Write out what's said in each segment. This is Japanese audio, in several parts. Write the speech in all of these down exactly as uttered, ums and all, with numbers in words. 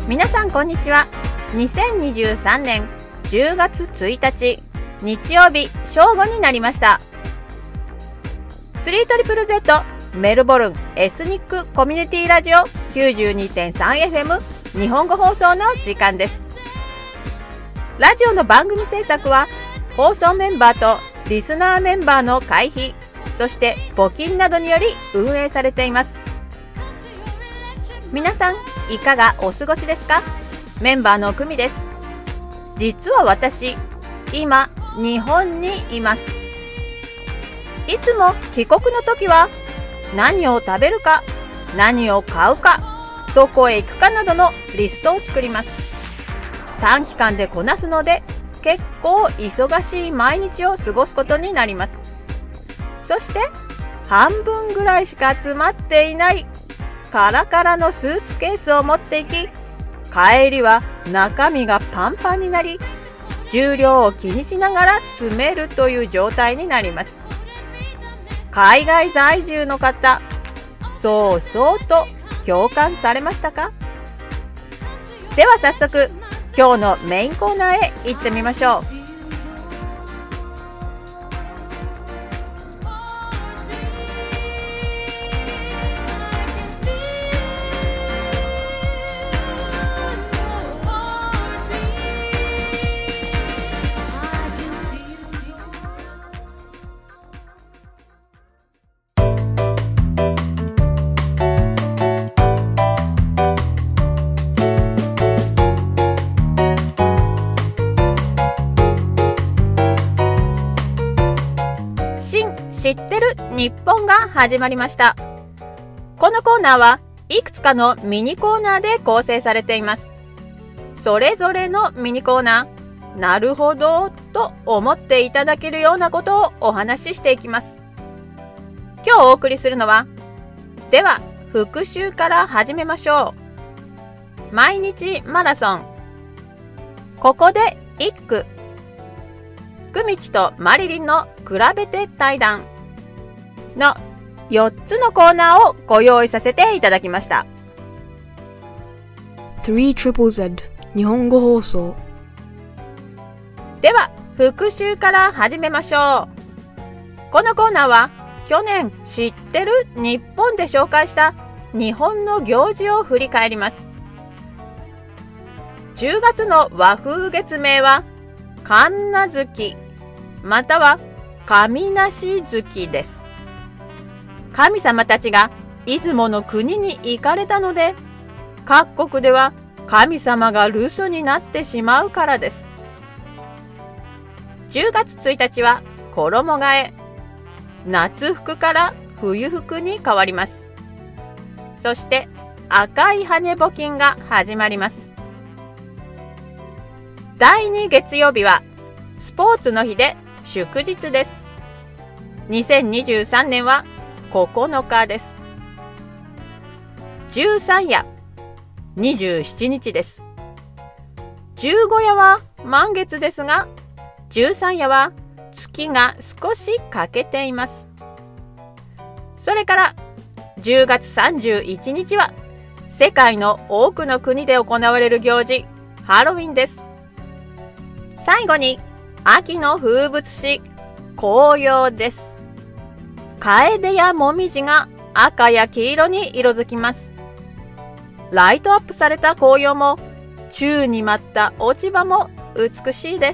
皆さんこんにちは。にせんにじゅうさんねんじゅうがつついたち日曜日正午になりました。 スリートリプルゼット メルボルンエスニックコミュニティラジオ きゅうじゅうにてんさんエフエム 日本語放送の時間です。ラジオの番組制作は放送メンバーとリスナーメンバーの会費、そして募金などにより運営されています。皆さんいかがお過ごしですか？メンバーの久美です。実は私今日本にいます。いつも帰国の時は何を食べるか、何を買うか、どこへ行くかなどのリストを作ります。短期間でこなすので結構忙しい毎日を過ごすことになります。そして半分ぐらいしか詰まっていないカラカラのスーツケースを持っていき、帰りは中身がパンパンになり、重量を気にしながら詰めるという状態になります。海外在住の方、そうそうと共感されましたか？では早速今日のメインコーナーへ行ってみましょう。新知ってる日本が始まりました。このコーナーはいくつかのミニコーナーで構成されています。それぞれのミニコーナー、なるほどと思っていただけるようなことをお話ししていきます。今日お送りするのは、では復習から始めましょう。毎日マラソン、ここで一句、久美ちとマリリンの比べて対談のよっつのコーナーをご用意させていただきました。 スリートリプルゼット 日本語放送。 では復習から始めましょう。このコーナーは去年知ってる日本で紹介した日本の行事を振り返ります。じゅうがつの和風月名は神無月または神無月です。神様たちが出雲の国に行かれたので、各国では神様が留守になってしまうからです。じゅうがつついたちは衣替え、夏服から冬服に変わります。そして赤い羽募金が始まります。だいに月曜日はスポーツの日で祝日です。にせんにじゅうさんねんはここのかです。十三夜、にじゅうしちにちです。十五夜は満月ですが、十三夜は月が少し欠けています。それからじゅうがつさんじゅういちにちは世界の多くの国で行われる行事、ハロウィンです。最後に秋の風物詩、紅葉です。カエデやモミジが赤や黄色に色づきます。ライトアップされた紅葉も宙に舞った落ち葉も美しいです。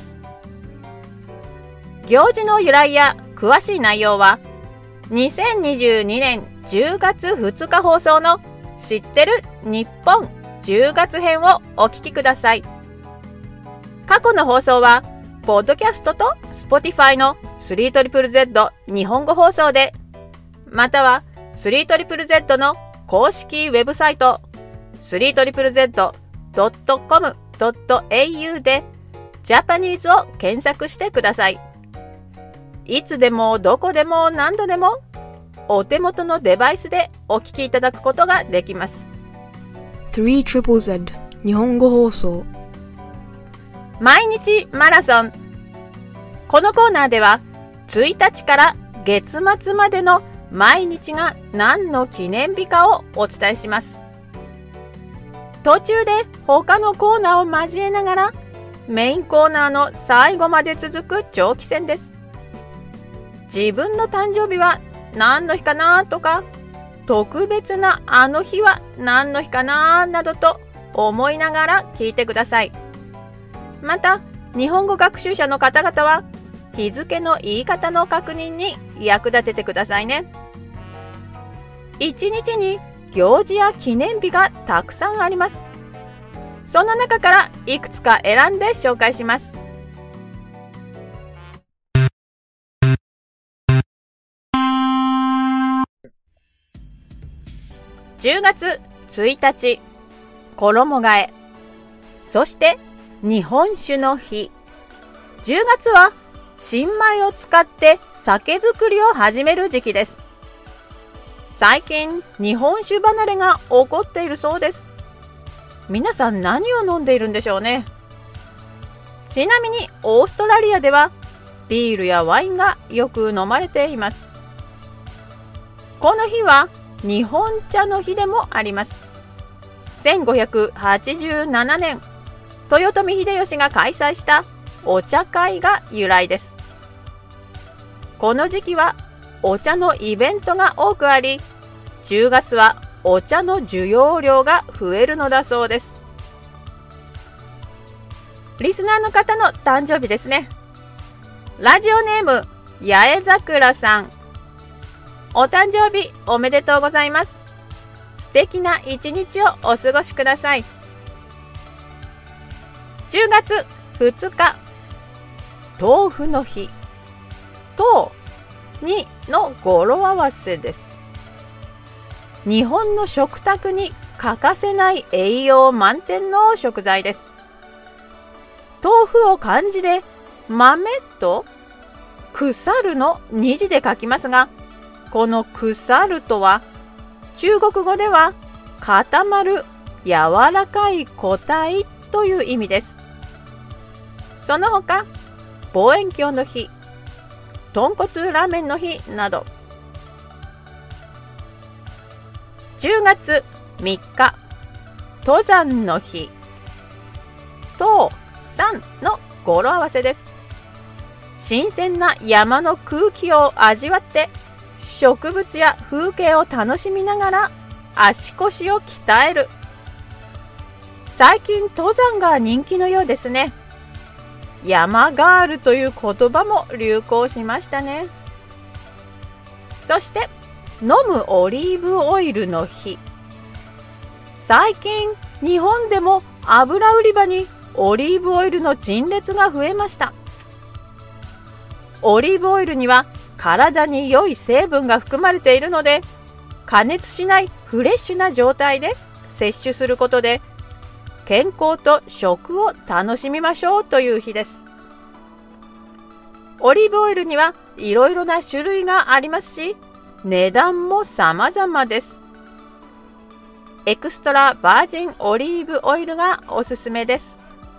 行事の由来や詳しい内容はにせんにじゅうにねんじゅうがつふつか放送の知ってる日本じゅうがつ編をお聞きください。過去の放送はポッドキャストと Spotify の スリートリプルゼット 日本語放送で、または スリートリプルゼット の公式ウェブサイト スリートリプルゼットドットコムドットエーユー でジャパニーズを検索してください。いつでもどこでも何度でもお手元のデバイスでお聞きいただくことができます。 スリートリプルゼット 日本語放送。 毎日マラソン。このコーナーではついたちから月末までの毎日が何の記念日かをお伝えします。 途中で他のコーナーを交えながらメインコーナーの最後まで続く長期戦です。自分の誕生日は何の日かなとか、特別なあの日は何の日かななどと思いながら聞いてください。また、日本語学習者の方々は日付の言い方の確認に役立ててくださいね。一日に行事や記念日がたくさんあります。その中からいくつか選んで紹介します。じゅうがつついたち、衣替え。そして日本酒の日。じゅうがつは新米を使って酒造りを始める時期です。最近日本酒離れが起こっているそうです。皆さん何を飲んでいるんでしょうね。ちなみにオーストラリアではビールやワインがよく飲まれています。この日は日本茶の日でもあります。せんごひゃくはちじゅうななねん、豊臣秀吉が開催したお茶会が由来です。この時期はお茶のイベントが多くあり、じゅうがつはお茶の需要量が増えるのだそうです。リスナーの方の誕生日ですね。ラジオネーム八重桜さん、お誕生日おめでとうございます。素敵な一日をお過ごしください。じゅうがつふつか、豆腐の日。豆にの語呂合わせです。日本の食卓に欠かせない栄養満点の食材です。豆腐を漢字で豆と腐るのに字で書きますが、この腐るとは中国語では固まる、柔らかい固体という意味です。その他、望遠鏡の日、豚骨ラーメンの日など。じゅうがつみっか、登山の日。登山の語呂合わせです。新鮮な山の空気を味わって植物や風景を楽しみながら足腰を鍛える。最近登山が人気のようですね。山ガールという言葉も流行しましたね。そして飲むオリーブオイルの日。最近日本でも油売り場にオリーブオイルの陳列が増えました。オリーブオイルには体に良い成分が含まれているので、加熱しないフレッシュな状態で摂取することで健康と食を楽しみましょうという日です。オリーブオイルにはいろいろな種類がありますし、値段も様々です。エクストラバージンオリーブオイルがおすすめです。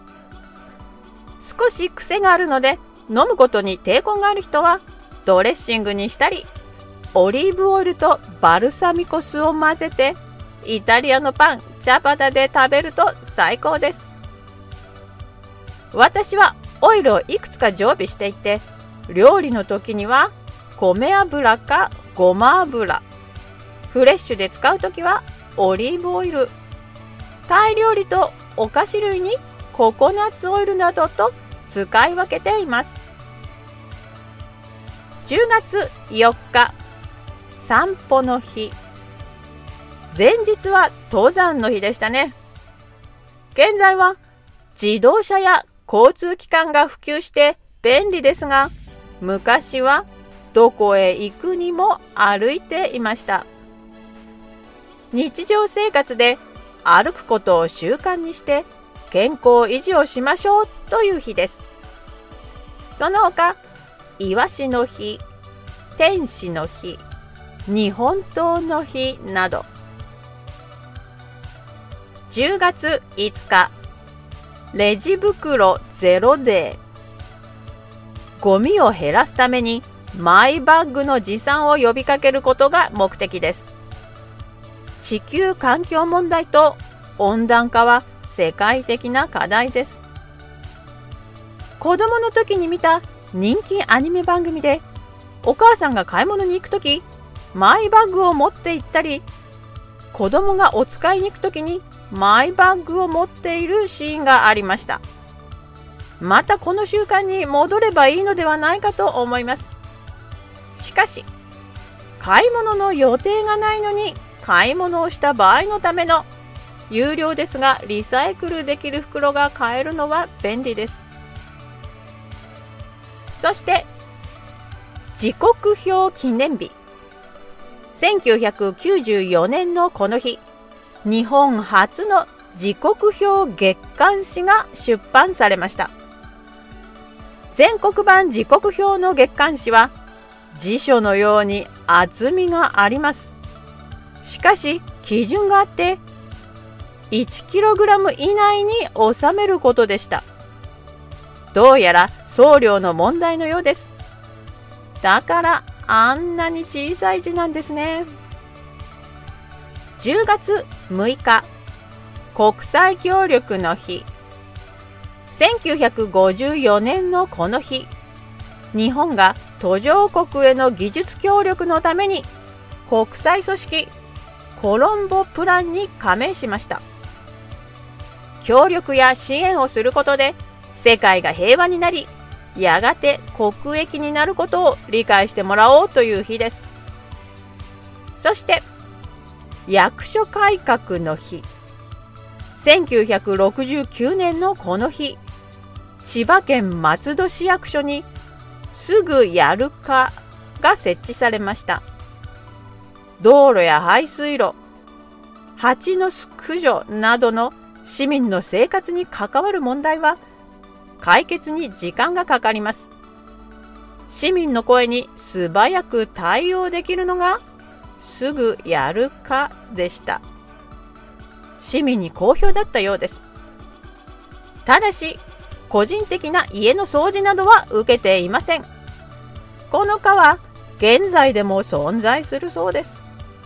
少し癖があるので飲むことに抵抗がある人はドレッシングにしたり、オリーブオイルとバルサミコ酢を混ぜてイタリアのパン、チャパタで食べると最高です。私はオイルをいくつか常備していて、料理の時には米油かごま油、フレッシュで使う時はオリーブオイル、タイ料理とお菓子類にココナッツオイルなどと使い分けています。じゅうがつよっか、散歩の日。前日は登山の日でしたね。現在は自動車や交通機関が普及して便利ですが、昔はどこへ行くにも歩いていました。日常生活で歩くことを習慣にして健康維持をしましょうという日です。その他、イワシの日、天使の日、日本刀の日など。じゅうがついつか、レジ袋ゼロデー。ゴミを減らすためにマイバッグの持参を呼びかけることが目的です。地球環境問題と温暖化は世界的な課題です。子供の時に見た人気アニメ番組で、お母さんが買い物に行く時、マイバッグを持って行ったり、子供がお使いに行く時にマイバッグを持っているシーンがありました。またこの習慣に戻ればいいのではないかと思います。しかし、買い物の予定がないのに買い物をした場合のための有料ですがリサイクルできる袋が買えるのは便利です。そして時刻表記念日、せんきゅうひゃくきゅうじゅうよねんのこの日、日本初の時刻表月刊誌が出版されました。全国版時刻表の月刊誌は辞書のように厚みがあります。しかし基準があっていちキログラム 以内に収めることでした。どうやら送料の問題のようです。だからあんなに小さい字なんですね。じゅうがつむいか、国際協力の日。せんきゅうひゃくごじゅうよねんのこの日、日本が途上国への技術協力のために国際組織コロンボプランに加盟しました。協力や支援をすることで世界が平和になり、やがて国益になることを理解してもらおうという日です。そして役所改革の日。せんきゅうひゃくろくじゅうきゅうねんのこの日、千葉県松戸市役所にすぐやる課が設置されました。道路や排水路、蜂の駆除などの市民の生活に関わる問題は解決に時間がかかります。市民の声に素早く対応できるのがすぐやる課でした。市民に好評だったようです。ただし、個人的な家の掃除などは受けていません。この課は現在でも存在するそうです。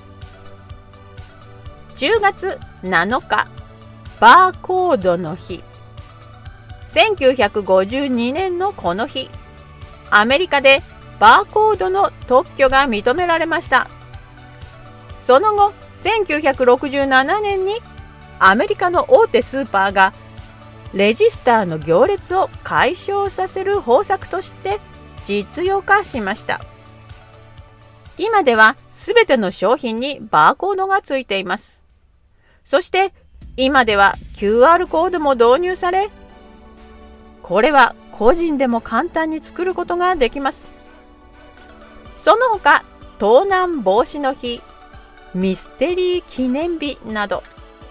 じゅうがつなのか、バーコードの日。せんきゅうひゃくごじゅうにねんのこの日、アメリカでバーコードの特許が認められました。その後、せんきゅうひゃくろくじゅうななねんにアメリカの大手スーパーがレジスターの行列を解消させる方策として実用化しました。今ではすべての商品にバーコードがついています。そして今では キューアール コードも導入され、これは個人でも簡単に作ることができます。その他、盗難防止の日、ミステリー記念日など。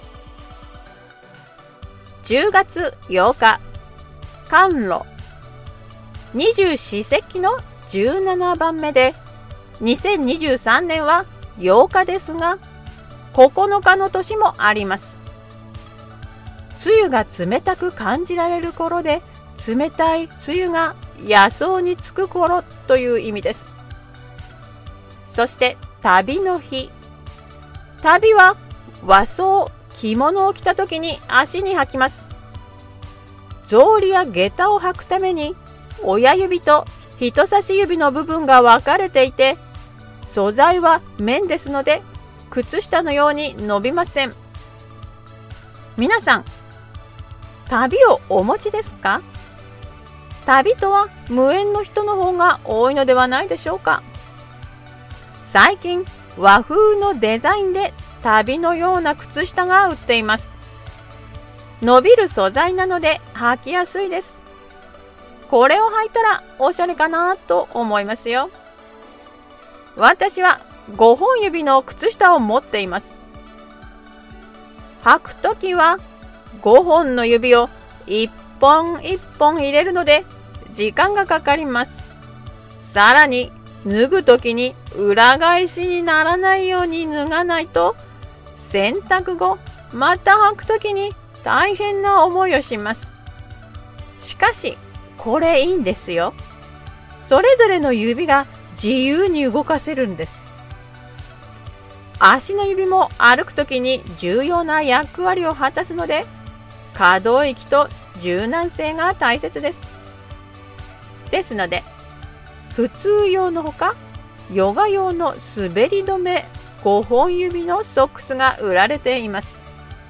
じゅうがつようか、甘露。二十四節気のじゅうななばんめで、にせんにじゅうさんねんはようかですが、ここのかの年もあります。梅雨が冷たく感じられる頃で、冷たい梅雨が野草につく頃という意味です。そして旅の日。旅は和装、着物を着た時に足に履きます。草履や下駄を履くために親指と人差し指の部分が分かれていて、素材は綿ですので靴下のように伸びません。皆さん、旅をお持ちですか？旅とは無縁の人の方が多いのではないでしょうか。最近和風のデザインで旅のような靴下が売っています。伸びる素材なので履きやすいです。これを履いたらおしゃれかなと思いますよ。私はごほん指の靴下を持っています。履くときはごほんの指をいっぽんいっぽん入れるので時間がかかります。さらに脱ぐときに裏返しにならないように脱がないと、洗濯後また履くときに大変な思いをします。しかしこれいいんですよ。それぞれの指が自由に動かせるんです。 足の指も歩くときに重要な役割を果たすので、可動域と柔軟性が大切です。ですので、普通用のほか、ヨガ用の滑り止めごほん指のソックスが売られています。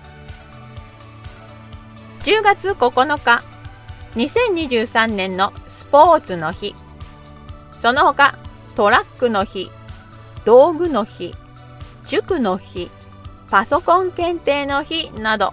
じゅうがつここのか、にせんにじゅうさんねんのスポーツの日、その他トラックの日、道具の日、塾の日、パソコン検定の日など。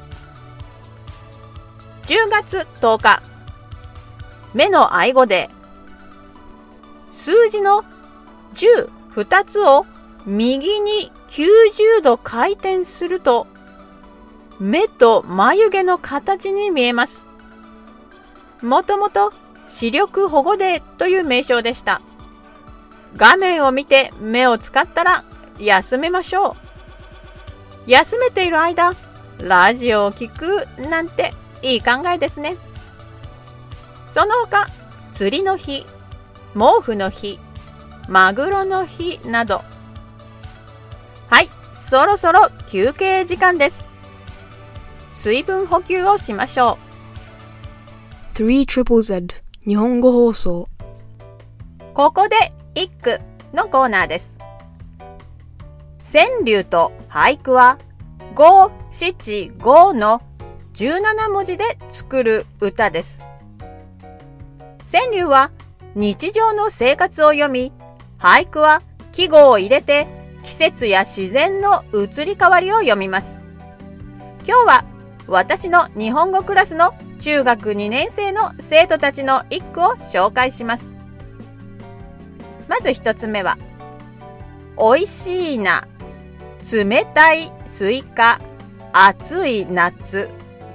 じゅうがつとおか、目の愛護デー。数字のじゅう、ふたつを右にきゅうじゅうど回転すると、目と眉毛の形に見えます。もともと視力保護デーという名称でした。画面を見て目を使ったら休めましょう。休めている間、ラジオを聞くなんていい考えですね。その他、釣りの日、毛布の日、マグロの日など。はい、そろそろ休憩時間です。水分補給をしましょう。スリー ゼロ ゼット 日本語放送。 ここで一句のコーナーです。川柳と俳句はご、しち、ごのじゅうななもじで作る歌です。川柳は日常の生活を読み、俳句は季語を入れて季節や自然の移り変わりを読みます。今日は私の日本語クラスの中学にねん生の生徒たちの一句を紹介します。まず一つ目は、おいしいな、冷たいスイカ、暑い夏。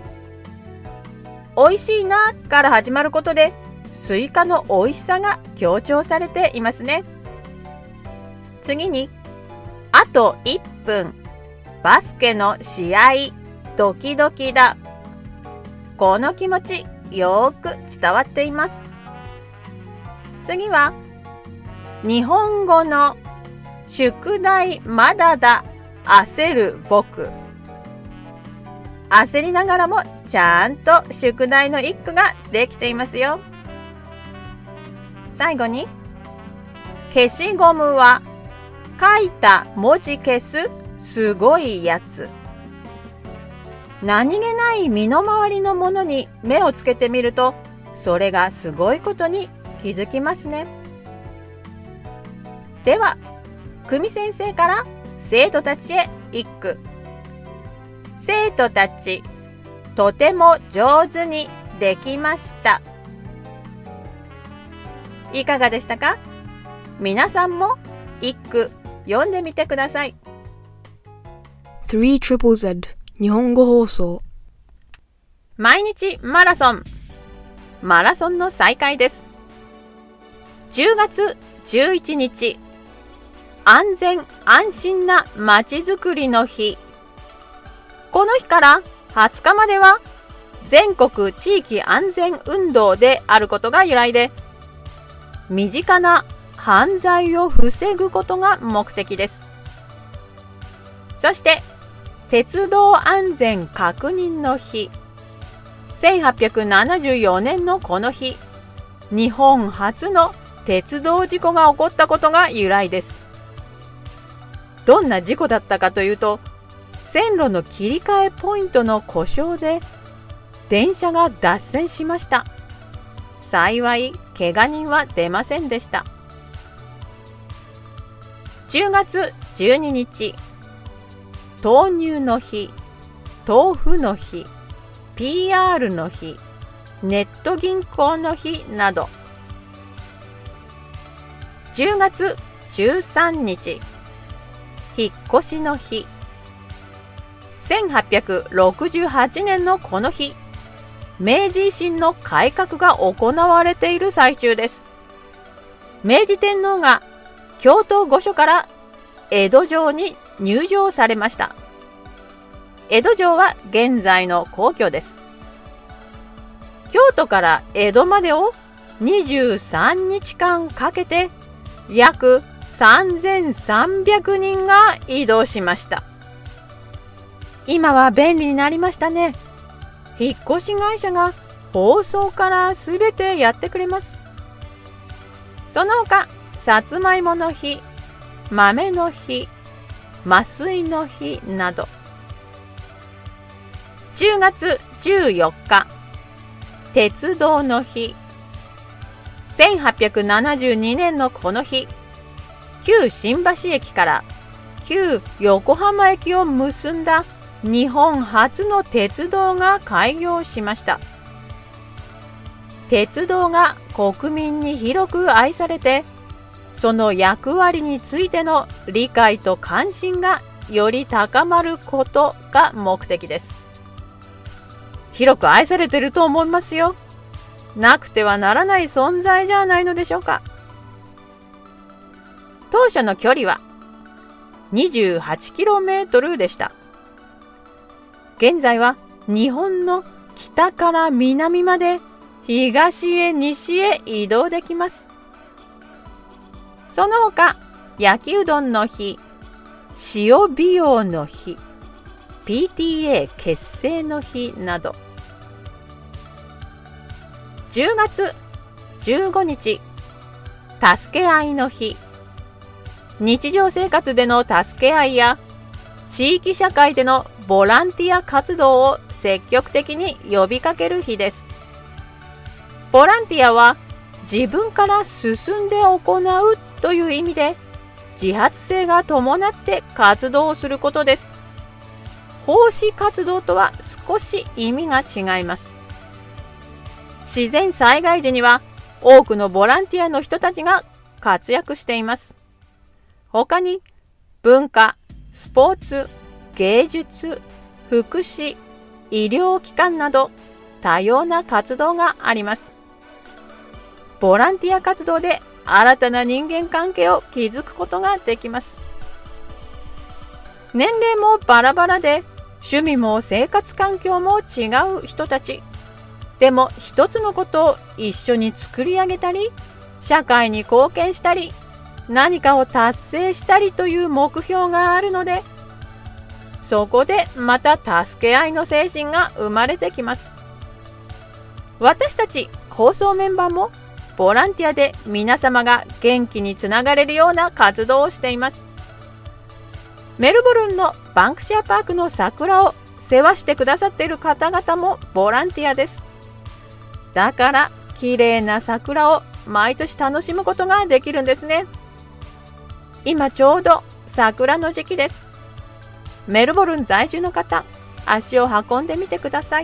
おいしいなから始まることで、スイカのおいしさが強調されていますね。次に、あといっぷん、バスケの試合、ドキドキだ。この気持ち、よーく伝わっています。次は、日本語の宿題まだだ、焦る僕。焦りながらもちゃんと宿題の一句ができていますよ。最後に、消しゴムは書いた文字消すすごいやつ。何気ない身の回りのものに目をつけてみると、それがすごいことに気づきますね。では、久美先生から生徒たちへ一句。生徒たち、とても上手にできました。いかがでしたか？皆さんも一句読んでみてください。 スリー ゼロ ゼット 日本語放送。 毎日マラソン。マラソンの再開です。じゅうがつじゅういちにち、安全安心なまちづくりの日。この日からはつかまでは全国地域安全運動であることが由来で、身近な犯罪を防ぐことが目的です。そして、鉄道安全確認の日。せんはっぴゃくななじゅうよねんのこの日、日本初の鉄道事故が起こったことが由来です。どんな事故だったかというと、線路の切り替えポイントの故障で電車が脱線しました。幸い怪我人は出ませんでした。じゅうがつじゅうににち、豆乳の日、豆腐の日、ピーアール の日、ネット銀行の日など。じゅうがつじゅうさんにち、引っ越しの日。せんはっぴゃくろくじゅうはちねんのこの日、明治維新の改革が行われている最中です。明治天皇が京都御所から江戸城に入城されました。江戸城は現在の皇居です。京都から江戸までをにじゅうさんにちかんかけて約さんぜんさんびゃくにんが移動しました。今は便利になりましたね。引っ越し会社が包装からすべてやってくれます。その他、さつまいもの日、豆の日、麻酔の日など。じゅうがつじゅうよっか、鉄道の日。せんはっぴゃくななじゅうにねんのこの日、旧新橋駅から旧横浜駅を結んだ日本初の鉄道が開業しました。鉄道が国民に広く愛されて、その役割についての理解と関心がより高まることが目的です。広く愛されていると思いますよ。なくてはならない存在じゃないのでしょうか。当初の距離は にじゅうはちキロメートル でした。現在は日本の北から南まで東へ西へ移動できます。その他、焼きうどんの日、塩美容の日、ピーティーエー 結成の日など。じゅうがつじゅうごにち、助け合いの日。日常生活での助け合いや地域社会でのボランティア活動を積極的に呼びかける日です。ボランティアは自分から進んで行うという意味で、自発性が伴って活動をすることです。奉仕活動とは少し意味が違います。自然災害時には多くのボランティアの人たちが活躍しています。他に文化、スポーツ、芸術、福祉、医療機関など多様な活動があります。ボランティア活動で新たな人間関係を築くことができます。年齢もバラバラで、趣味も生活環境も違う人たち。でも一つのことを一緒に作り上げたり、社会に貢献したり、何かを達成したりという目標があるので、そこでまた助け合いの精神が生まれてきます。私たち放送メンバーもボランティアで皆様が元気につながれるような活動をしています。メルボルンのバンクシアパークの桜を世話してくださっている方々もボランティアです。だから綺麗な桜を毎年楽しむことができるんですね。今ちょうど桜の時期です。メルボルン在住の方、足を運んでみてください。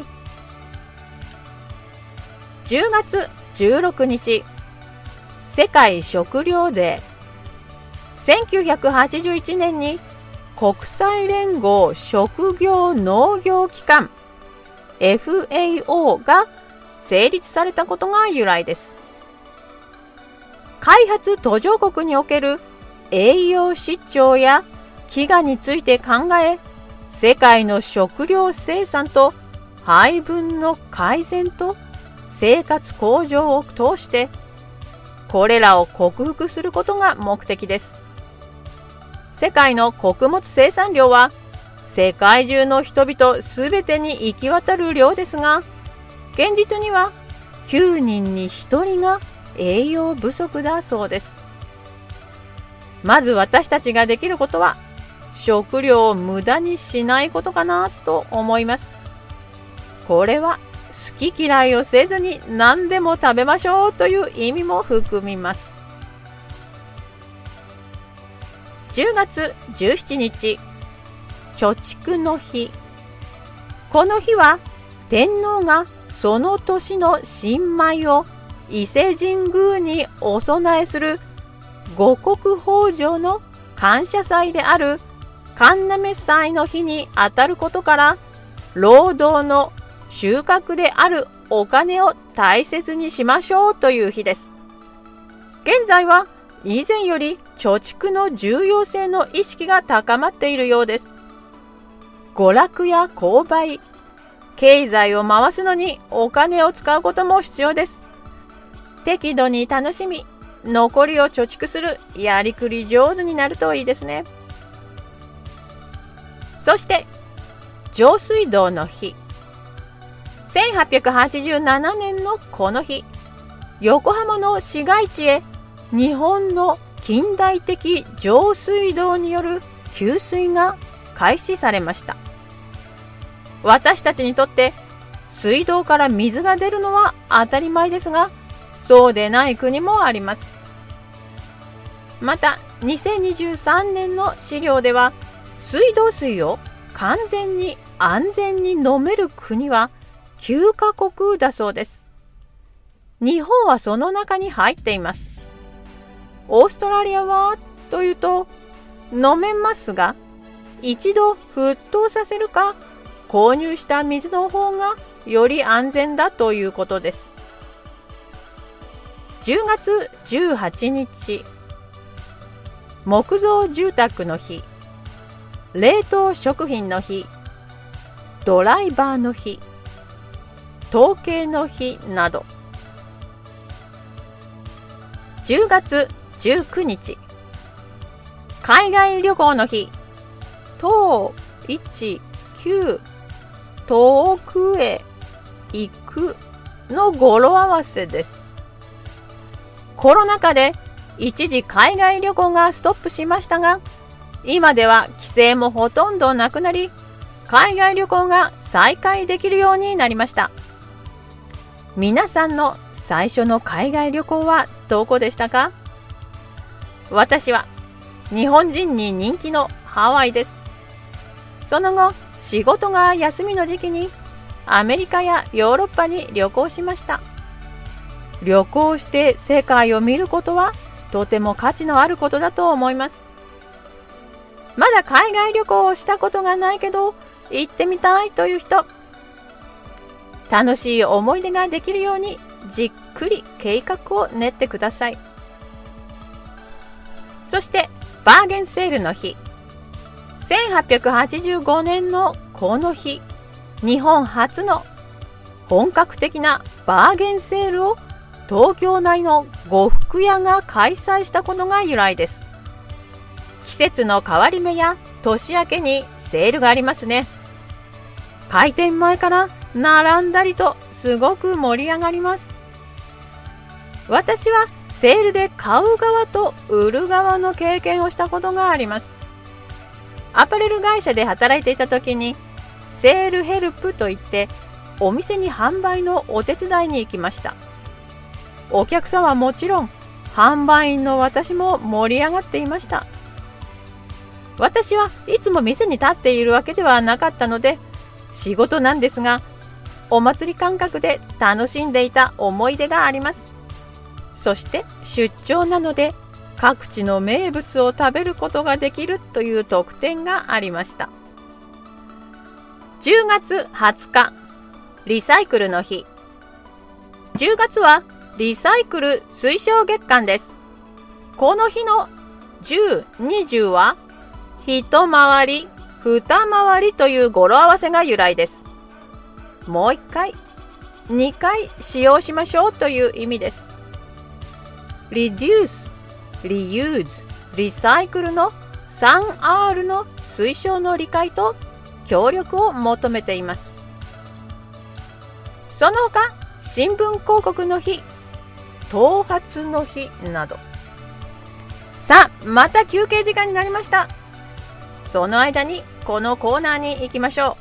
じゅうがつじゅうろくにち、世界食糧デー。せんきゅうひゃくはちじゅういちねんに国際連合食業農業機関 エフエーオー が成立されたことが由来です。開発途上国における栄養失調や飢餓について考え、世界の食料生産と配分の改善と生活向上を通してこれらを克服することが目的です。世界の穀物生産量は世界中の人々すべてに行き渡る量ですが、現実にはきゅうにんにひとりが栄養不足だそうです。まず私たちができることは食料を無駄にしないことかなと思います。これは好き嫌いをせずに何でも食べましょうという意味も含みます。じゅうがつじゅうしちにち、貯蓄の日。この日は天皇がその年の新米を伊勢神宮にお供えする五穀豊穣の感謝祭である神嘗祭の日にあたることから、労働の収穫であるお金を大切にしましょうという日です。現在は以前より貯蓄の重要性の意識が高まっているようです。娯楽や購買、経済を回すのにお金を使うことも必要です。適度に楽しみ、 残りを貯蓄するやりくり上手になるといいですね。そして上水道の日。せんはっぴゃくはちじゅうななねんのこの日、横浜の市街地へ日本の近代的上水道による給水が開始されました。私たちにとって水道から水が出るのは当たり前ですが、そうでない国もあります。またにせんにじゅうさんねんの資料では、水道水を完全に安全に飲める国はきゅうカ国だそうです。日本はその中に入っています。オーストラリアはというと、飲めますが、一度沸騰させるか購入した水の方がより安全だということです。じゅうがつじゅうはちにち、木造住宅の日、冷凍食品の日、ドライバーの日、統計の日など。じゅうがつじゅうくにち、海外旅行の日、といちきゅう、遠くへ行くの語呂合わせです。コロナ禍で一時海外旅行がストップしましたが、今では規制もほとんどなくなり、海外旅行が再開できるようになりました。皆さんの最初の海外旅行はどこでしたか？私は日本人に人気のハワイです。その後、仕事が休みの時期にアメリカやヨーロッパに旅行しました。旅行して世界を見ることはとても価値のあることだと思います。まだ海外旅行をしたことがないけど行ってみたいという人、楽しい思い出ができるようにじっくり計画を練ってください。そしてバーゲンセールの日。せんはっぴゃくはちじゅうごねんのこの日、日本初の本格的なバーゲンセールを東京内の呉服屋が開催したことが由来です。季節の変わり目や年明けにセールがありますね。開店前から並んだりとすごく盛り上がります。私はセールで買う側と売る側の経験をしたことがあります。アパレル会社で働いていた時にセールヘルプといってお店に販売のお手伝いに行きました。お客さんはもちろん販売員の私も盛り上がっていました。私はいつも店に立っているわけではなかったので仕事なんですが、お祭り感覚で楽しんでいた思い出があります。そして出張なので各地の名物を食べることができるという特典がありました。じゅうがつはつか、リサイクルの日。じゅうがつはリサイクル推奨月間です。この日のじゅう、にじゅうは一回り、二回りという語呂合わせが由来です。もう一回、二回使用しましょうという意味です。Reduce、Reuse、Recycle の スリーアール の推奨の理解と協力を求めています。その他、新聞広告の日、頭髪の日など。さあ、また休憩時間になりました。その間にこのコーナーに行きましょう。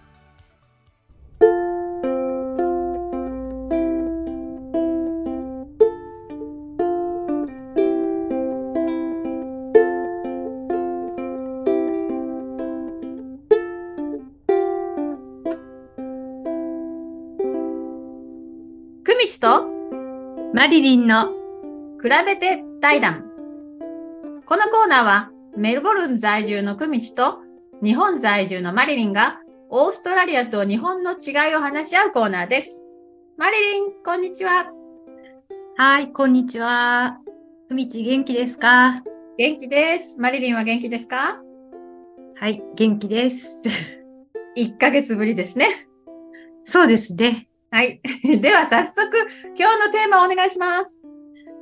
くみちとマリリンの比べて対談。このコーナーはメルボルン在住のくみちと日本在住のマリリンがオーストラリアと日本の違いを話し合うコーナーです。マリリン、こんにちは。 はい、こんにちは。ふみち元気ですか？ 元気です。マリリンは元気ですか？ はい、元気です。 いっかげつぶりですね。 そうですね。 はい。では早速今日のテーマをお願いします。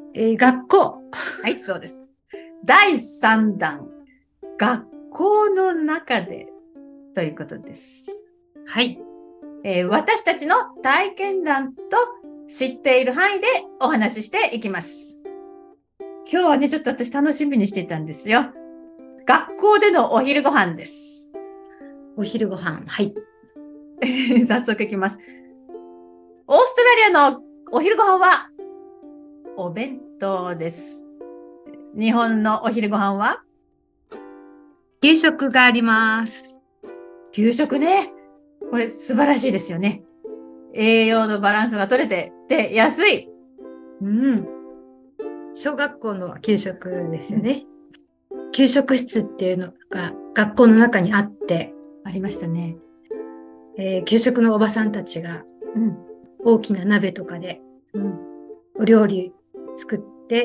えー学校。 はい、そうです。だいさん弾、学校の中でということです。 はい。 えー私たちの体験談と知っている範囲でお話ししていきます。今日はね、ちょっと私楽しみにしていたんですよ。学校でのお昼ご飯です。 お昼ご飯。はい。 早速いきます。オーストラリアのお昼ご飯はお弁当です。日本のお昼ご飯は給食があります。 給食ね。これ素晴らしいですよね。栄養のバランスが取れて、で、安い。 うん。小学校の給食ですよね。給食室っていうのが学校の中にあって、 ありましたね。 えー給食のおばさんたちがうん。 大きな鍋とかでうん。 お料理作って、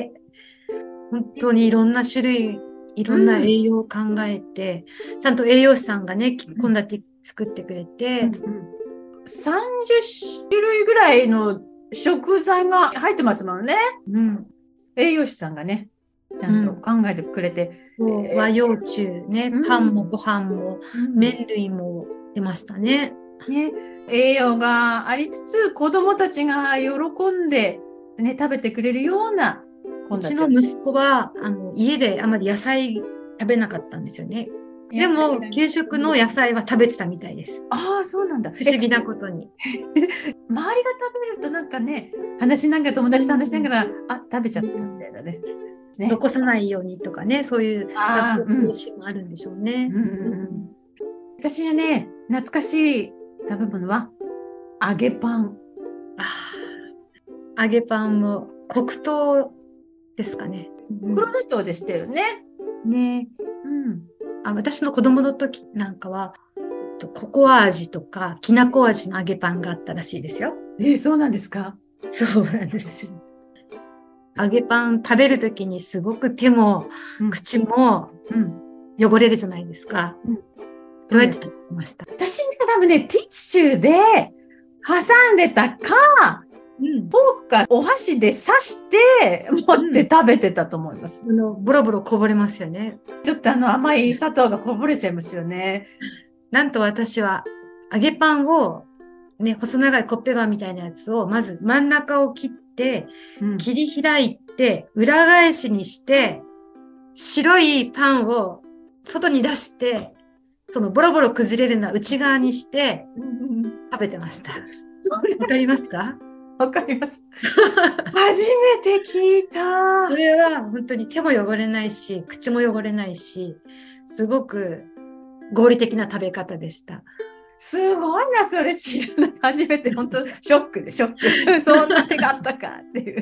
本当にいろんな種類、いろんな栄養を考えて、ちゃんと栄養士さんがね、献立作ってくれて、 さんじゅっ種類ぐらいの食材が入ってますもんね。 うん、 栄養士さんがね、ちゃんと考えてくれて。 そうえー和洋中ね、 うんパンもご飯もうん麺類も出ましたね。 ね、栄養がありつつ、子供たちが喜んで、ね、食べてくれるようなうちの息子はあの家であまり野菜食べなかったんですよね。でも給食の野菜は食べてたみたいです。 ああ、そうなんだ。 不思議なことに。 周りが食べるとなんかね、話しながら友達と話しながら、あ、食べちゃったみたいなね。ね残さないようにとかね、そういうあー学校方針もあるんでしょうね。 うんうんうん私はね、懐かしい食べ物は揚げパン。 あー揚げパンも黒糖ですかね。 黒砂糖でしたよね。 ね、 うん。 あ、私の子供の時なんかは、とココア味とかきなこ味の揚げパンがあったらしいですよ。 えーそうなんですか。 そうなんです。揚げパン食べる時にすごく手もうん口もうん。 汚れるじゃないですか。 うんどうやって食べてました？ 私ね、多分ね、ティッシュで挟んでたか、 うん、 フォークかお箸で刺して持って食べてたと思います。 あのボロボロこぼれますよね。 ちょっとあの甘い砂糖がこぼれちゃいますよね。 なんと私は揚げパンをね、細長いコッペパンみたいなやつをまず真ん中を切ってうん切り開いて裏返しにして白いパンを外に出してそのボロボロ崩れるのは内側にして食べてました。わかりますか？ わかります。初めて聞いた。 それは本当に手も汚れないし口も汚れないしすごく合理的な食べ方でした。 すごいな、それ知らない。初めて、本当ショックで、ショック。そんな手があったかっていう。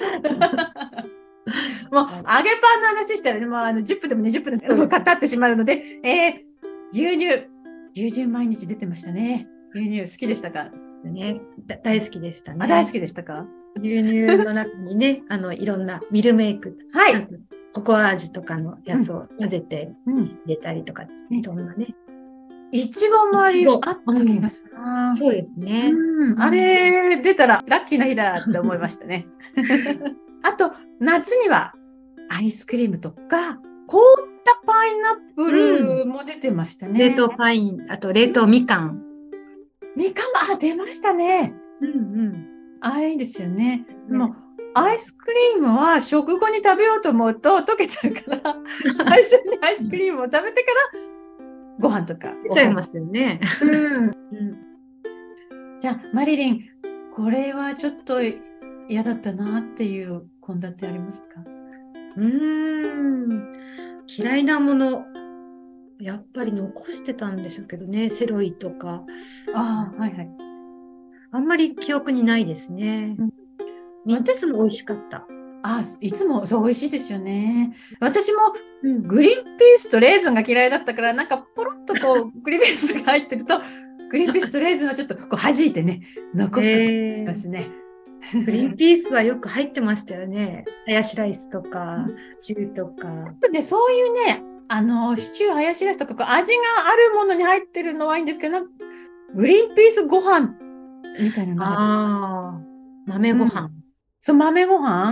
もう、揚げパンの話したら、ね、もうあのじゅっぷんでもにじゅっぷんでもかかってしまうので、えー、牛乳。牛乳毎日出てましたね。牛乳好きでしたか？ ね、だ大好きでしたね。 あ、大好きでしたか？ 牛乳の中にね、あのいろんなミルメイク、 はいなんかココア味とかのやつを混ぜてうん。 入れたりとか、いろんなね。 いちごもありいちごあった気がするな。 そうですね。 うん、あれ出たらラッキーな日だって思いましたね。あと夏にはアイスクリームとか凍ったパイナップルも出てましたね。 冷凍パイン、あと冷凍みかん。 みかんもあ出ましたね。 うんうん。 あれいいですよね。でねもアイスクリームは食後に食べようと思うと溶けちゃうから最初にアイスクリームを食べてからご飯とか。 出ちゃいますよね。 うん。 うんじゃあマリリン、これはちょっと嫌だったなっていう献立ありますか？ うーん嫌いなものやっぱり残してたんでしょうけどね、セロリとかああ、はいはい。 あんまり記憶にないですね。 うんみっつも美味しかった。 ああ、いつもそう美味しいですよね。私もうんグリーンピースとレーズンが嫌いだったから、なんかポロッとこうグリーンピースが入ってるとグリーンピースとレーズンはちょっとこう弾いてね残してますね。 グリーンピースはよく入ってましたよね。ハヤシライスとかシチューとか。 でそういうね、あのシチューハヤシライスとかこう味があるものに入ってるのはいいんですけど、なんかグリーンピースご飯みたいなのがああ、豆ご飯。 そう豆ご飯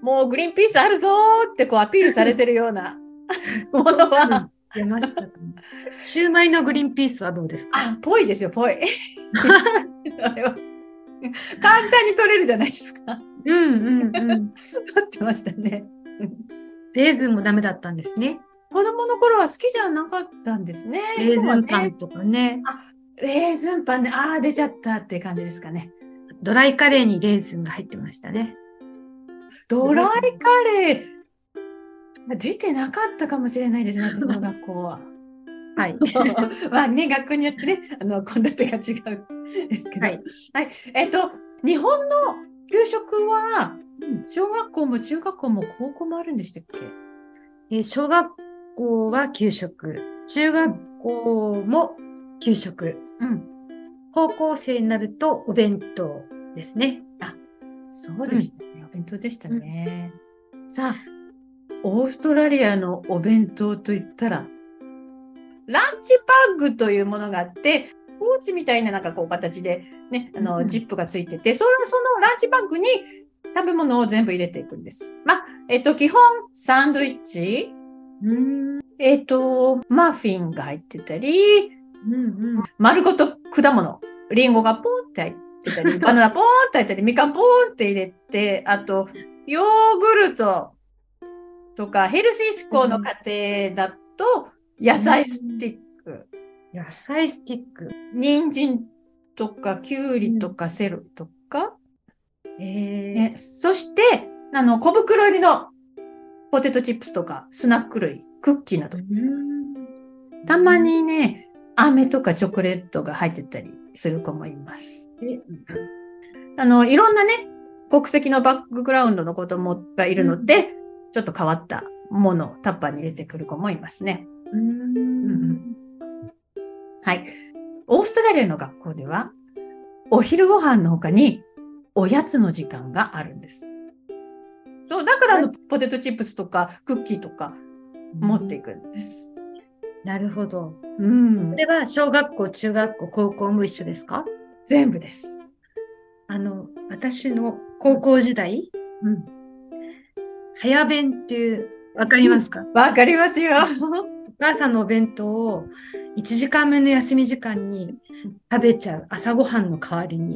もうグリーンピースあるぞーってこうアピールされてるようなものは。 出ました。シューマイのグリーンピースはどうですか？ あ、ぽいですよ、ぽい。あれは簡単に取れるじゃないですか。 うんうんうん。 取ってましたね。 レーズンもダメだったんですね。 子供の頃は好きじゃなかったんですね。 レーズンパね、 ンとかね。 あ、レーズンパンね。ああ、出ちゃったって感じですかね。 ドライカレーにレーズンが入ってましたね。 ドライカレー出てなかったかもしれないですね、私の学校は。 はい。 まあね、学校によってね、あの献立が違うんですけど。 はい。 はい。えっと、日本の給食は、小学校も中学校も高校もあるんでしたっけ？ えー小学校は給食。中学校も給食。 うん。 高校生になるとお弁当ですね。 あ、そうでしたね。お弁当でしたね。さあ、オーストラリアのお弁当といったら、ランチバッグというものがあって、ポーチみたいななんかこう形でね、あの、 うんジップがついてて、それはそのランチバッグに食べ物を全部入れていくんです。まあ、えっと、基本サンドイッチ、 うんえっと、マフィンが入ってたり、 うんうん丸ごと果物、リンゴがポンって入ってたり、バナナポンって入ったり、みかんポンって入れて、あと、ヨーグルトとか、ヘルシー志向の家庭だと、野菜スティック、 野菜スティック。 人参とか、きゅうりとか、セロとか、 えーね、そして、あの、小袋入りのポテトチップスとか、スナック類、クッキーなど。 うんたまにね、飴とかチョコレートが入ってたりする子もいます。 えあの、いろんなね、国籍のバックグラウンドの子供がいるので、うん、ちょっと変わったものをタッパーに入れてくる子もいますね。 うんうんはい。オーストラリアの学校では、お昼ご飯の他におやつの時間があるんです。そう、だからあの、ポテトチップスとかクッキーとか持っていくんです。 なるほど。 うん。 これは小学校、中学校、高校も一緒ですか？ 全部です。 あの、私の高校時代、 うん。 早弁っていう、わかりますか？ わ、うん、かりますよ。 お母さんのお弁当をいちじかんめの休み時間に食べちゃう、朝ごはんの代わりに。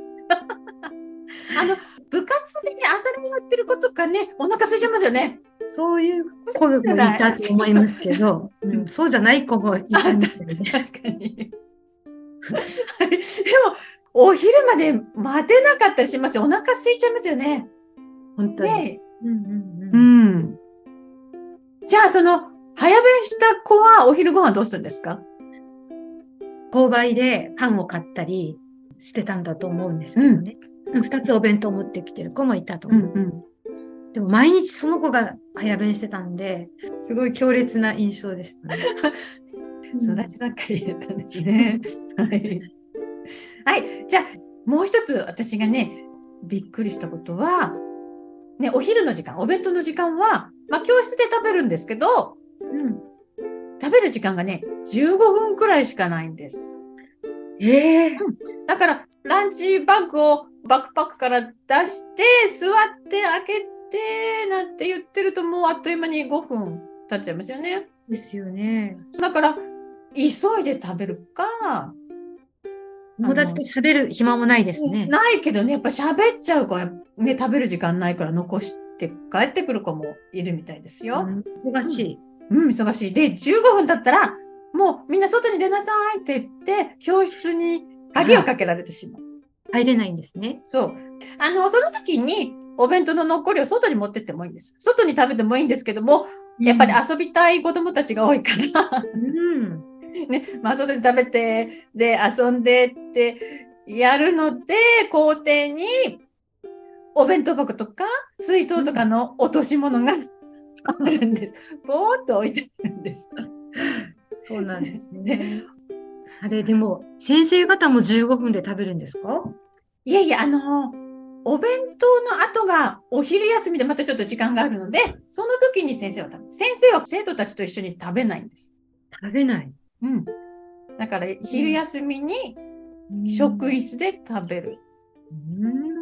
あの、部活でね、朝にやってる子とかね、お腹空いちゃいますよね。 そういう子もいたと思いますけど、うん、そうじゃない子もいたんですよね。 確かに。でも、お昼まで待てなかったりしますよ。お腹空いちゃいますよね。 本当に。 ね、 うんうんうんうん。じゃあ、その、早弁した子はお昼ご飯どうするんですか？ 購買でパンを買ったりしてたんだと思うんですけどね。うん、ふたつお弁当を持ってきてる子もいたと思う。 うんうんでも毎日その子が早弁してたんで、すごい強烈な印象でしたね。 育ち盛りだったんですね。はい。はい。じゃあ、もう一つ私がね、びっくりしたことは、ね、お昼の時間、お弁当の時間は、まあ、教室で食べるんですけど、 うん、 食べる時間がね、じゅうごふんくらいしかないんです。 えーうん、だから、ランチバッグをバックパックから出して、座って開けて、なんて言ってると、もうあっという間にごふん経っちゃいますよね。 ですよね。 だから、急いで食べるか、 友達と喋る暇もないですね。 ないけどね、やっぱ喋っちゃう子は、ね、食べる時間ないから残して帰ってくる子もいるみたいですよ。 うん、忙しい。 うん、うん、忙しい。で、じゅうごふんだったら、もうみんな外に出なさいって言って、教室に鍵をかけられてしまう。 入れないんですね。 そう。あの、その時にお弁当の残りを外に持ってってもいいんです。外に食べてもいいんですけども、やっぱり遊びたい子供たちが多いから、 うんね、まあ、外で食べて、で、遊んでってやるので、校庭にお弁当箱とか水筒とかの落とし物があるんです。ぼーっと置いてあるんです。 そうなんですね。あれ、でも、先生方もじゅうごふんで食べるんですか？ いやいや、あの、お弁当の後がお昼休みでまたちょっと時間があるので、その時に先生は食べる。先生は生徒たちと一緒に食べないんです。 食べない。 うん。だから、昼休みに職員室で食べる。 うん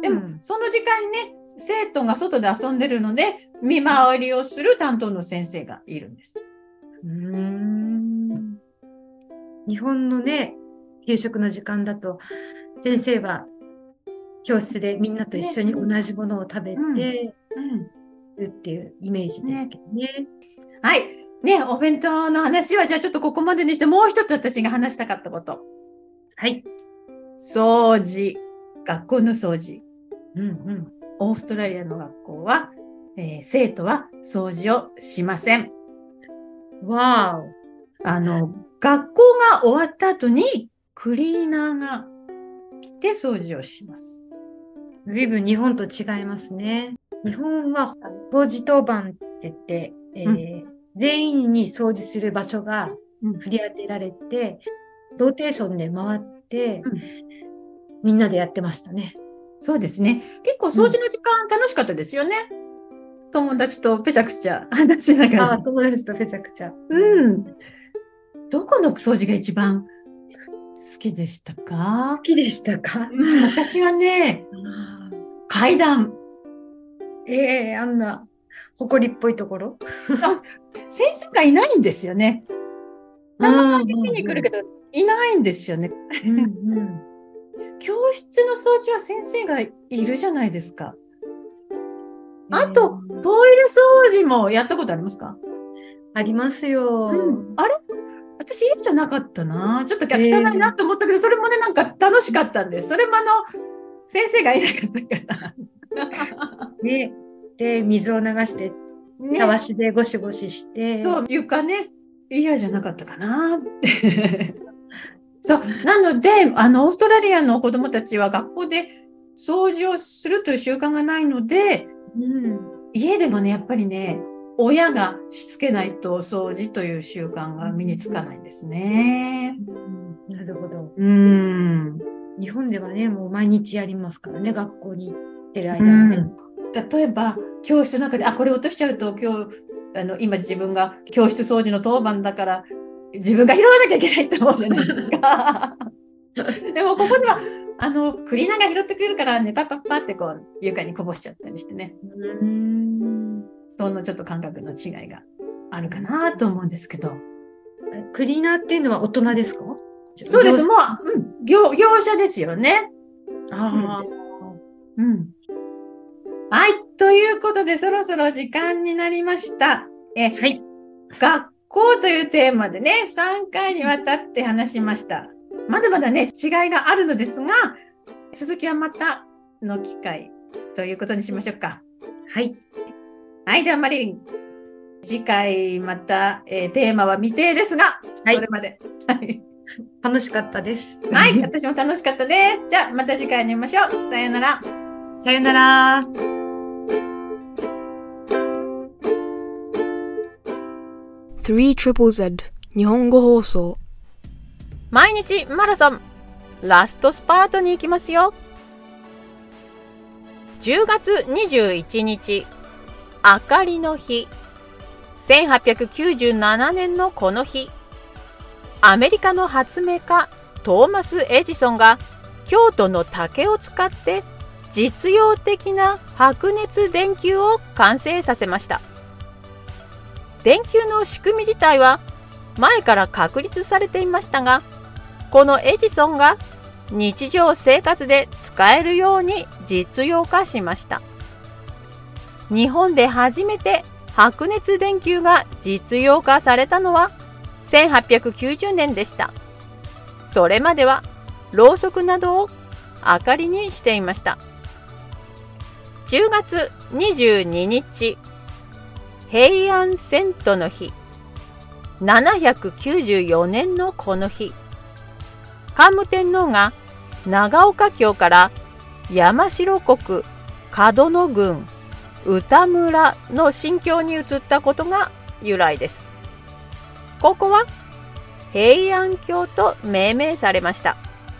でもその時間にね、生徒が外で遊んでるので見回りをする担当の先生がいるんです。 うーん。日本のね、給食の時間だと先生は教室でみんなと一緒に同じものを食べて、 うんうん、 るっていうイメージですけどね。ね、 はい。ね、お弁当の話はじゃあちょっとここまでにして、もう一つ私が話したかったこと。 はい。 掃除。学校の掃除。 うんうん。 オーストラリアの学校は、えー、生徒は掃除をしません。 わーお。あの、学校が終わった後にクリーナーが来て掃除をします。 随分日本と違いますね。日本は掃除当番って言って、えーうん、全員に掃除する場所が振り当てられて、うん、ローテーションで回って、うん、みんなでやってましたね。 そうですね。結構掃除の時間楽しかったですよね。うん、友達とぺちゃくちゃ話しながら。 あ、友達とぺちゃくちゃ。 うん。どこの掃除が一番好きでしたか？ 好きでしたか？ うん、私はね、階段。 ええー、あんな埃っぽいところ先生がいないんですよね。名前で見に来るけど、いないんですよね。うんうん、教室の掃除は先生がいるじゃないですか。あと、えー、トイレ掃除もやったことありますか？ ありますよ。 うん、あれ私家じゃなかったな。ちょっと汚いなと思ったけど、えー、それもね、なんか楽しかったんです。それもあの、先生がいなかったから。 ね、で水を流してたわしでゴシゴシして、 ね、そう床ね嫌じゃなかったかなってそうなのであのオーストラリアの子どもたちは学校で掃除をするという習慣がないので、うん、家でもねやっぱりね親がしつけないと掃除という習慣が身につかないんですね。 うん、なるほど。 うん、 日本ではねもう毎日やりますからね学校に行ってる間はね。うん例えば教室の中であこれ落としちゃうと今日あの今自分が教室掃除の当番だから自分が拾わなきゃいけないと思うじゃないですかでもここにはあのクリーナーが拾ってくれるからねパッパッパってこう床にこぼしちゃったりしてねうーんそのちょっと感覚の違いがあるかなと思うんですけどクリーナーっていうのは大人ですか？ そうですもう、うん、業, 業者ですよね。 ああうんはい。ということで、そろそろ時間になりました。え、はい。学校というテーマでね、さんかいにわたって話しました。まだまだね、違いがあるのですが、続きはまたの機会ということにしましょうか。 はい。 はい。では、マリリン。次回また、えー、テーマは未定ですが、それまで。はい。 楽しかったです。 はい。私も楽しかったです。じゃあ、また次回に会いましょう。さよなら。 さよなら。 スリー triple Z 日本語放送毎日マラソンラストスパートに行きますよ。じゅうがつにじゅういちにちあかりの日せんはっぴゃくきゅうじゅうななねんのこの日アメリカの発明家トーマス・エジソンが京都の竹を使って実用的な白熱電球を完成させました。電球の仕組み自体は前から確立されていましたが、このエジソンが日常生活で使えるように実用化しました。日本で初めて白熱電球が実用化されたのはせんはっぴゃくきゅうじゅうねんでした。それまではろうそくなどを明かりにしていました。じゅうがつにじゅうににち平安遷都の日ななひゃくきゅうじゅうよねんのこの日桓武天皇が長岡京から山城国門野郡歌村の新京に移ったことが由来です。ここは平安京と命名されました。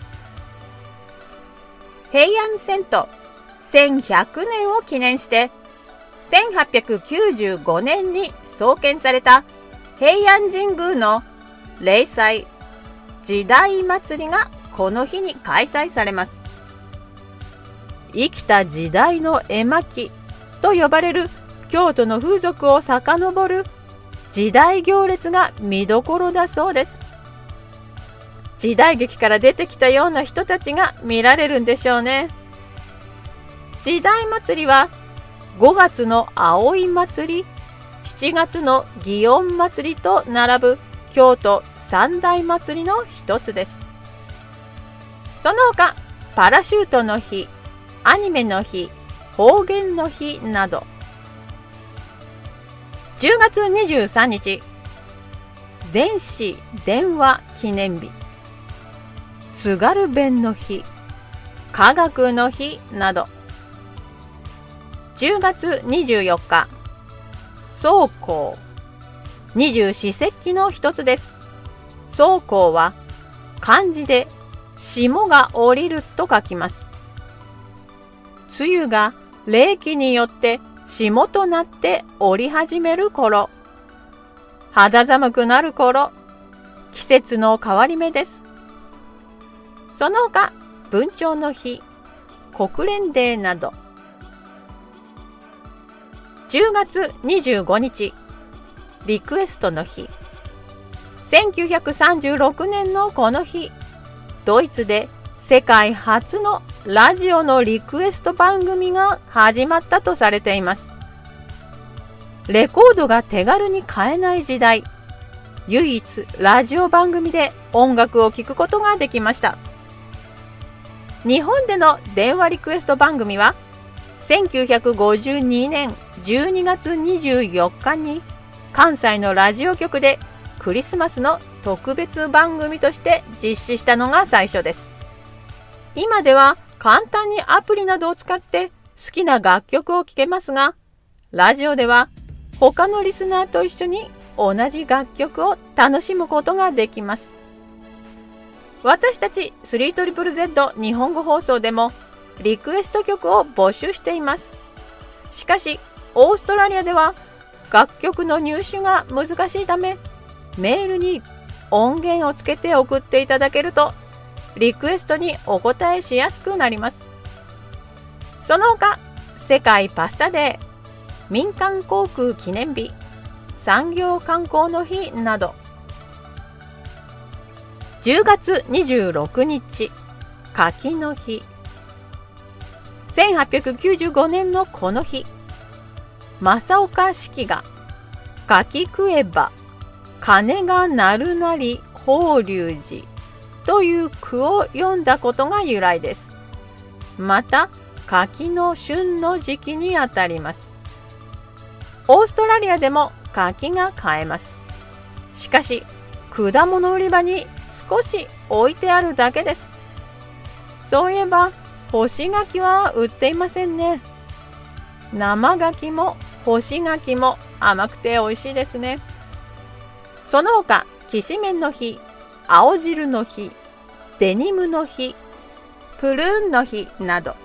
平安遷都せんひゃくねんを記念してせんはっぴゃくきゅうじゅうごねんに創建された平安神宮の例祭時代祭りがこの日に開催されます。 生きた時代の絵巻と呼ばれる京都の風俗を遡る時代行列が見どころだそうです。時代劇から出てきたような人たちが見られるんでしょうね。時代祭りはごがつの葵祭り、しちがつの祇園祭りと並ぶ京都三大祭りの一つです。その他、パラシュートの日、アニメの日、方言の日など。じゅうがつにじゅうさんにち、電子電話記念日、津軽弁の日、科学の日など。じゅうがつにじゅうよっか、宗公、二十四節気の一つです。宗公は漢字で霜が降りると書きます。梅雨が冷気によって霜となって降り始める頃、肌寒くなる頃、季節の変わり目です。その他、文鳥の日、国連デーなど。じゅうがつにじゅうごにち、リクエストの日。せんきゅうひゃくさんじゅうろくねんのこの日、ドイツで世界初のラジオのリクエスト番組が始まったとされています。レコードが手軽に買えない時代、唯一ラジオ番組で音楽を聴くことができました。日本での電話リクエスト番組は、せんきゅうひゃくごじゅうにねんじゅうにがつにじゅうよっかに関西のラジオ局でクリスマスの特別番組として実施したのが最初です。今では簡単にアプリなどを使って好きな楽曲を聴けますが、ラジオでは他のリスナーと一緒に同じ楽曲を楽しむことができます。私たち スリートリプルゼット 日本語放送でもリクエスト曲を募集しています。しかし、オーストラリアでは楽曲の入手が難しいため、メールに音源をつけて送っていただけると、リクエストにお答えしやすくなります。その他、世界パスタデー、民間航空記念日、産業観光の日など。じゅうがつにじゅうろくにち、柿の日。せんはっぴゃくきゅうじゅうごねんのこの日、正岡子規が柿食えば鐘が鳴るなり法隆寺という句を読んだことが由来です。また、柿の旬の時期にあたります。オーストラリアでも柿が買えます。しかし、果物売り場に少し置いてあるだけです。そういえば、干し柿は売っていませんね。生柿も干し柿も甘くて美味しいですね。その他、きしめんの日、青汁の日、デニムの日、プルーンの日など。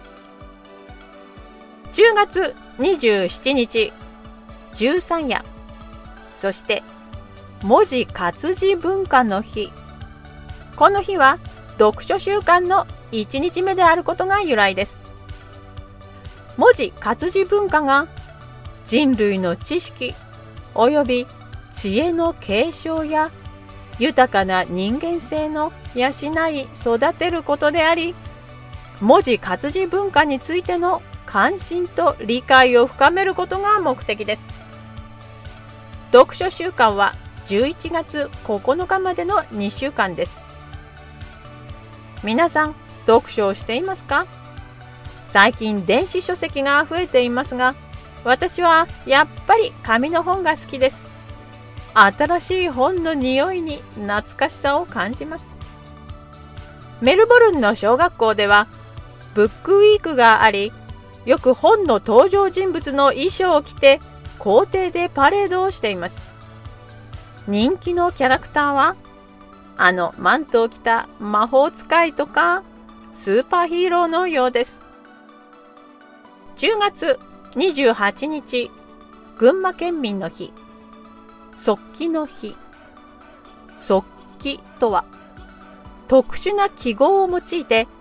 じゅうがつにじゅうしちにち、十三夜。そして、文字活字文化の日。この日は読書週間のいちにちめであることが由来です。文字活字文化が人類の知識および知恵の継承や豊かな人間性の養い育てることであり、文字活字文化についての関心と理解を深めることが目的です。読書週間はじゅういちがつここのかまでのにしゅうかんです。皆さん、読書をしていますか？最近電子書籍が増えていますが、私はやっぱり紙の本が好きです。新しい本の匂いに懐かしさを感じます。メルボルンの小学校ではブックウィークがあり、よく本の登場人物の衣装を着て校庭でパレードをしています。人気のキャラクターはあのマントを着た魔法使いとかスーパーヒーローのようです。じゅうがつにじゅうはちにち、群馬県民の日、速記の日。速記とは、特殊な記号を用いて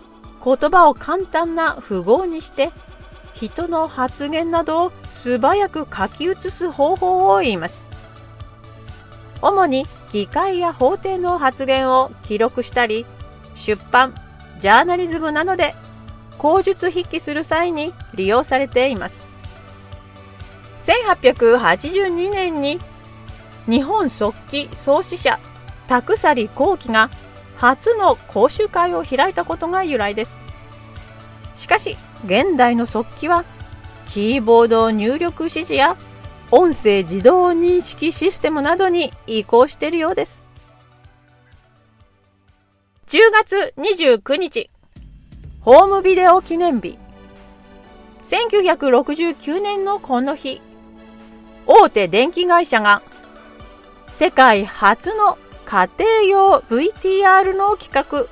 言葉を簡単な符号にして人の発言などを素早く書き写す方法を言います。主に議会や法廷の発言を記録したり、出版、ジャーナリズムなどで口述筆記する際に利用されています。せんはっぴゃくはちじゅうにねんに日本速記創始者田鎖幸喜が初の講習会を開いたことが由来です。しかし現代の速記はキーボード入力指示や音声自動認識システムなどに移行しているようです。じゅうがつにじゅうくにち、ホームビデオ記念日。せんきゅうひゃくろくじゅうきゅうねんのこの日、大手電気会社が世界初の家庭用 ブイティーアール の企画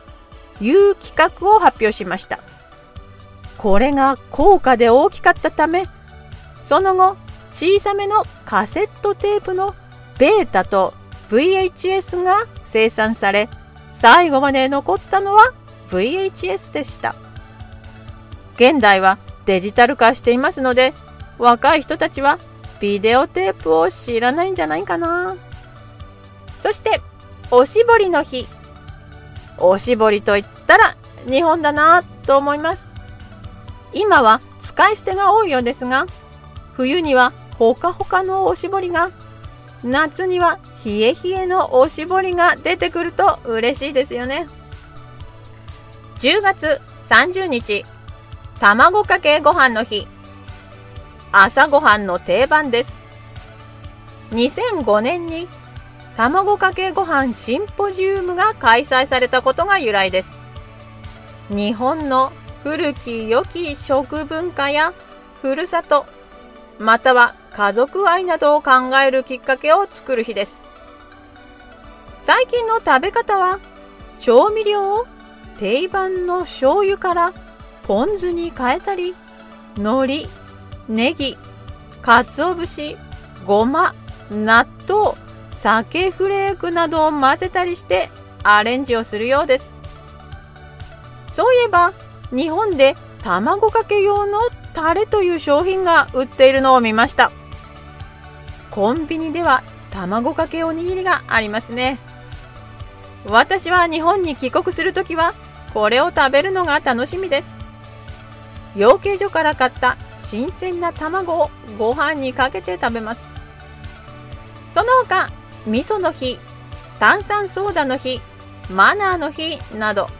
U 企画を発表しました。これが高価で大きかったため、その後小さめのカセットテープのベータと ブイエイチエス が生産され、最後まで残ったのは ブイエイチエス でした。現代はデジタル化していますので、若い人たちはビデオテープを知らないんじゃないかな。そしておしぼりの日。おしぼりといったら日本だなと思います。今は使い捨てが多いようですが、冬にはほかほかのおしぼりが、夏には冷え冷えのおしぼりが出てくると嬉しいですよね。じゅうがつさんじゅうにち、卵かけご飯の日。朝ごはんの定番です。にせんごねんに卵かけご飯シンポジウムが開催されたことが由来です。日本の古き良き食文化やふるさと、または家族愛などを考えるきっかけを作る日です。最近の食べ方は、調味料を定番の醤油からポン酢に変えたり、海苔、ネギ、鰹節、ごま、納豆、酒フレークなどを混ぜたりしてアレンジをするようです。そういえば日本で卵かけ用のタレという商品が売っているのを見ました。コンビニでは卵かけおにぎりがありますね。私は日本に帰国するときはこれを食べるのが楽しみです。養鶏所から買った新鮮な卵をご飯にかけて食べます。その他、味噌の日、炭酸ソーダの日、マナーの日など。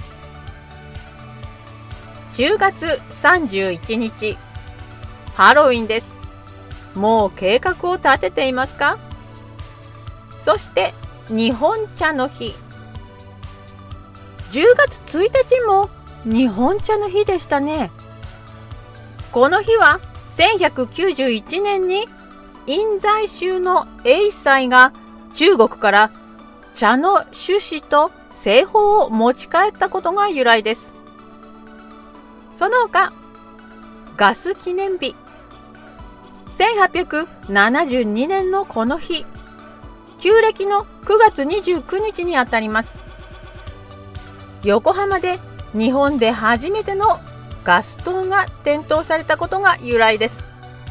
じゅうがつさんじゅういちにち、ハロウィンです。もう計画を立てていますか？そして日本茶の日。じゅうがつついたちも日本茶の日でしたね。この日はせんひゃくきゅうじゅういちねんに印西州の栄西が中国から茶の種子と製法を持ち帰ったことが由来です。その他、ガス記念日。せんはっぴゃくななじゅうにねんのこの日、旧暦のくがつにじゅうくにちにあたります。横浜で日本で初めてのガス灯が点灯されたことが由来です。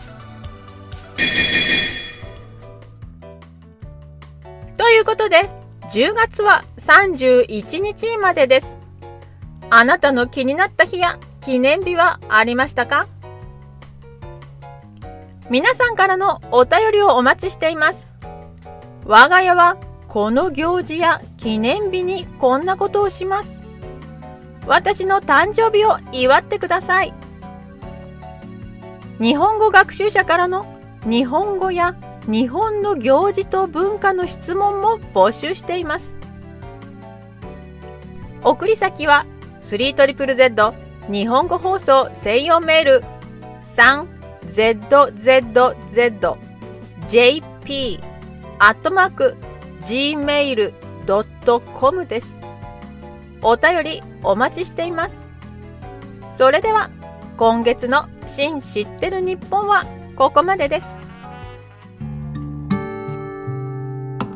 ということで、じゅうがつはさんじゅういちにちまでです。あなたの気になった日や記念日はありましたか？皆さんからのお便りをお待ちしています。我が家はこの行事や記念日にこんなことをします。私の誕生日を祝ってください。日本語学習者からの日本語や日本の行事と文化の質問も募集しています。送り先は スリートリプルゼット 日本語放送専用メール スリーゼットゼットゼットジェイピー アットマーク ジーメール ドットコム です。お便りお待ちしています。それでは今月の新知ってる日本はここまでです。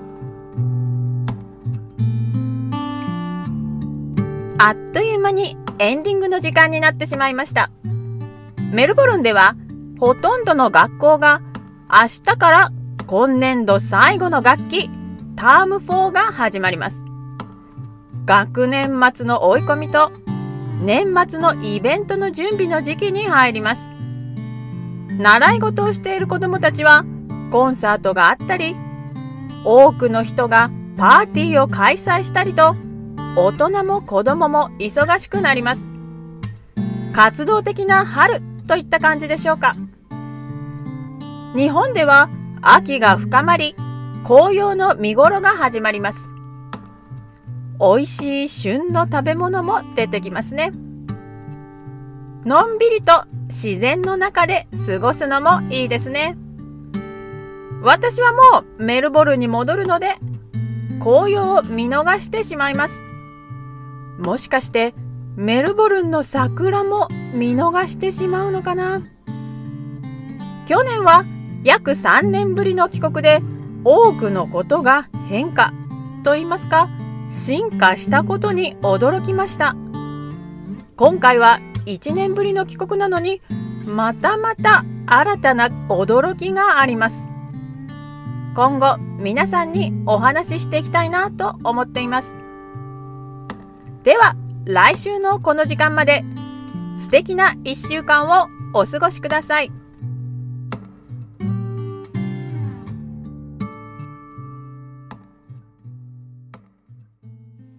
あっという間にエンディングの時間になってしまいました。メルボルンではほとんどの学校が明日から今年度最後の学期タームフォーが始まります。学年末の追い込みと年末のイベントの準備の時期に入ります。習い事をしている子どもたちはコンサートがあったり、多くの人がパーティーを開催したりと、大人も子どもも忙しくなります。活動的な春といった感じでしょうか。日本では秋が深まり、紅葉の見頃が始まります。おいしい旬の食べ物も出てきますね。のんびりと自然の中で過ごすのもいいですね。私はもうメルボルンに戻るので、紅葉を見逃してしまいます。もしかしてメルボルンの桜も見逃してしまうのかな。去年は約さんねんぶりの帰国で、多くのことが変化と言いますか、進化したことに驚きました。今回はいちねんぶりの帰国なのに、またまた新たな驚きがあります。今後皆さんにお話ししていきたいなと思っています。では来週のこの時間まで素敵ないっしゅうかんをお過ごしください。